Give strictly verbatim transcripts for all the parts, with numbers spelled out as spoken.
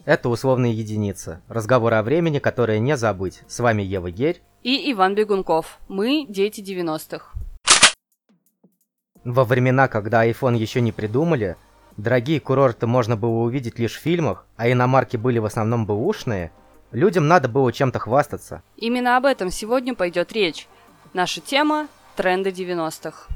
Это условные единицы. Разговоры о времени, которые не забыть. С вами Ева Герь и Иван Бегунков. Мы дети девяностых. Во времена, когда iPhone еще не придумали, дорогие курорты можно было увидеть лишь в фильмах, а иномарки были в основном бэушные, людям надо было чем-то хвастаться. Именно об этом сегодня пойдет речь. Наша тема – тренды девяностых.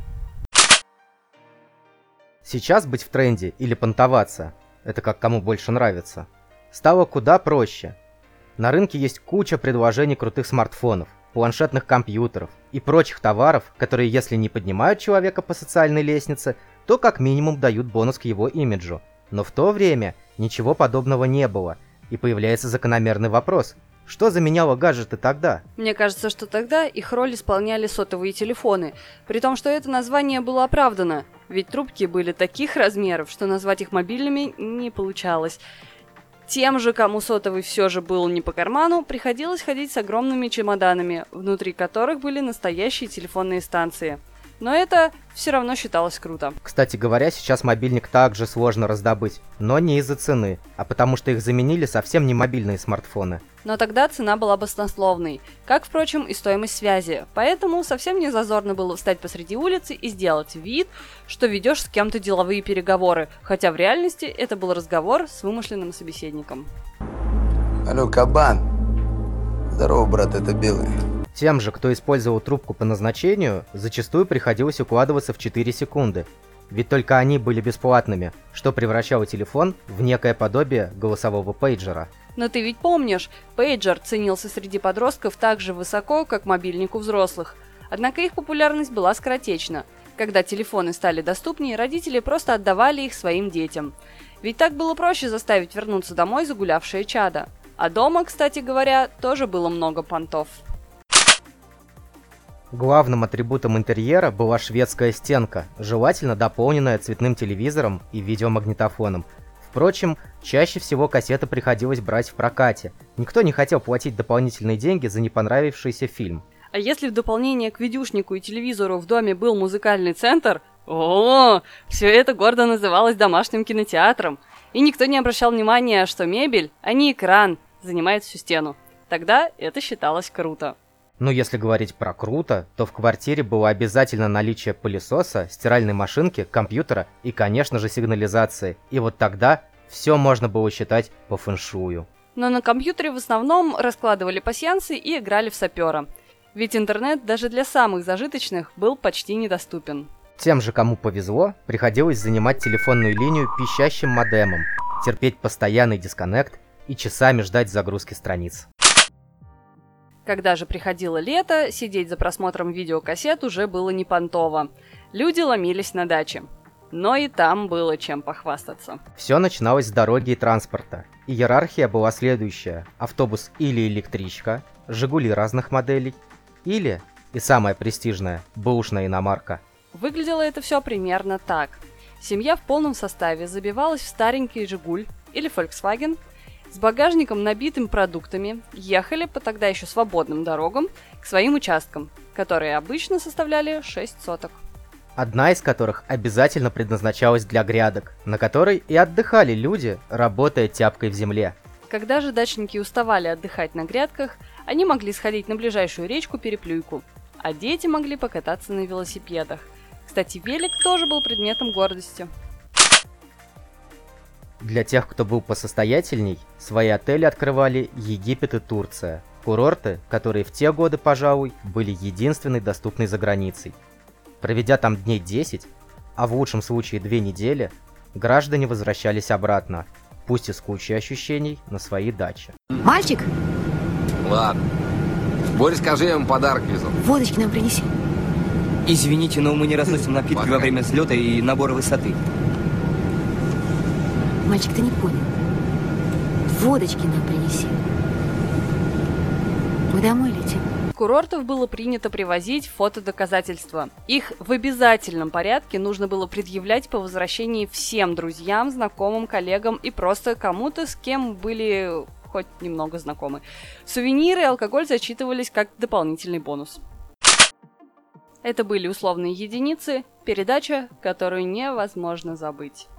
Сейчас быть в тренде или понтоваться – это как кому больше нравится – стало куда проще. На рынке есть куча предложений крутых смартфонов, планшетных компьютеров и прочих товаров, которые если не поднимают человека по социальной лестнице, то как минимум дают бонус к его имиджу. Но в то время ничего подобного не было, и появляется закономерный вопрос – что заменяло гаджеты тогда? Мне кажется, что тогда их роль исполняли сотовые телефоны, при том, что это название было оправдано, ведь трубки были таких размеров, что назвать их мобильными не получалось. Тем же, кому сотовый все же был не по карману, приходилось ходить с огромными чемоданами, внутри которых были настоящие телефонные станции. Но это все равно считалось круто. Кстати говоря, сейчас мобильник также сложно раздобыть, но не из-за цены, а потому что их заменили совсем не мобильные смартфоны. Но тогда цена была баснословной, как, впрочем, и стоимость связи, поэтому совсем не зазорно было встать посреди улицы и сделать вид, что ведешь с кем-то деловые переговоры, хотя в реальности это был разговор с вымышленным собеседником. Алло, кабан. Здорово, брат, это Белый. Тем же, кто использовал трубку по назначению, зачастую приходилось укладываться в четыре секунды, ведь только они были бесплатными, что превращало телефон в некое подобие голосового пейджера. Но ты ведь помнишь, пейджер ценился среди подростков так же высоко, как мобильник у взрослых. Однако их популярность была скоротечна. Когда телефоны стали доступнее, родители просто отдавали их своим детям. Ведь так было проще заставить вернуться домой загулявшее чадо. А дома, кстати говоря, тоже было много понтов. Главным атрибутом интерьера была шведская стенка, желательно дополненная цветным телевизором и видеомагнитофоном. Впрочем, чаще всего кассеты приходилось брать в прокате. Никто не хотел платить дополнительные деньги за не понравившийся фильм. А если в дополнение к видюшнику и телевизору в доме был музыкальный центр, о, все это гордо называлось домашним кинотеатром. И никто не обращал внимания, что мебель, а не экран, занимает всю стену. Тогда это считалось круто. Ну, если говорить про круто, то в квартире было обязательно наличие пылесоса, стиральной машинки, компьютера и, конечно же, сигнализации. И вот тогда все можно было считать по фэншую. Но на компьютере в основном раскладывали пасьянсы и играли в сапера. Ведь интернет даже для самых зажиточных был почти недоступен. Тем же, кому повезло, приходилось занимать телефонную линию пищащим модемом, терпеть постоянный дисконнект и часами ждать загрузки страниц. Когда же приходило лето, сидеть за просмотром видеокассет уже было не понтово. Люди ломились на даче. Но и там было чем похвастаться. Все начиналось с дороги и транспорта. Иерархия была следующая. Автобус или электричка, «Жигули» разных моделей, или, и самое престижное, бэушная иномарка. Выглядело это все примерно так. Семья в полном составе забивалась в старенький «Жигуль» или «Фольксваген», с багажником, набитым продуктами, ехали по тогда еще свободным дорогам к своим участкам, которые обычно составляли шесть соток. Одна из которых обязательно предназначалась для грядок, на которой и отдыхали люди, работая тяпкой в земле. Когда же дачники уставали отдыхать на грядках, они могли сходить на ближайшую речку Переплюйку, а дети могли покататься на велосипедах. Кстати, велик тоже был предметом гордости. Для тех, кто был посостоятельней, свои отели открывали Египет и Турция. Курорты, которые в те годы, пожалуй, были единственной доступной за границей. Проведя там дней десять, а в лучшем случае две недели, граждане возвращались обратно, пусть и с кучей ощущений, на свои дачи. Мальчик? Ладно. Боря, скажи, я ему подарок везу. Водочки нам принеси. Извините, но мы не разносим напитки Пока. во время взлета и набора высоты. Мальчик, ты не понял. Водочки нам принеси. Мы домой летим. С курортов было принято привозить фотодоказательства. Их в обязательном порядке нужно было предъявлять по возвращении всем друзьям, знакомым, коллегам и просто кому-то, с кем были хоть немного знакомы. Сувениры и алкоголь зачитывались как дополнительный бонус. Это были условные единицы, передача, которую невозможно забыть.